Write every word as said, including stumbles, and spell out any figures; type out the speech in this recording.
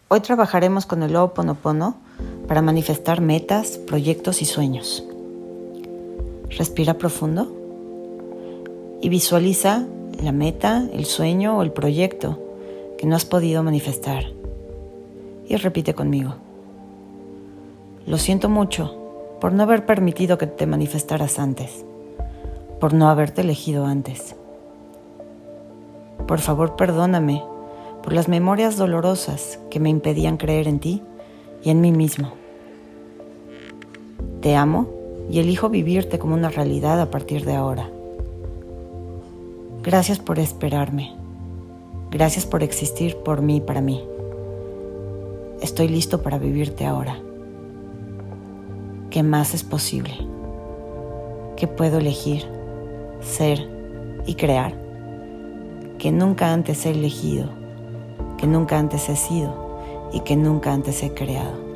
Hoy trabajaremos con el Ho'oponopono para manifestar metas, proyectos y sueños. Respira profundo y visualiza la meta, el sueño o el proyecto que no has podido manifestar. Y repite conmigo. Lo siento mucho por no haber permitido que te manifestaras antes, por no haberte elegido antes. Por favor, perdóname por las memorias dolorosas que me impedían creer en ti y en mí mismo. Te amo y elijo vivirte como una realidad a partir de ahora. Gracias por esperarme. Gracias por existir por mí y para mí. Estoy listo para vivirte ahora. ¿Qué más es posible? ¿Qué puedo elegir, ser y crear? Que nunca antes he elegido, que nunca antes he sido y que nunca antes he creado.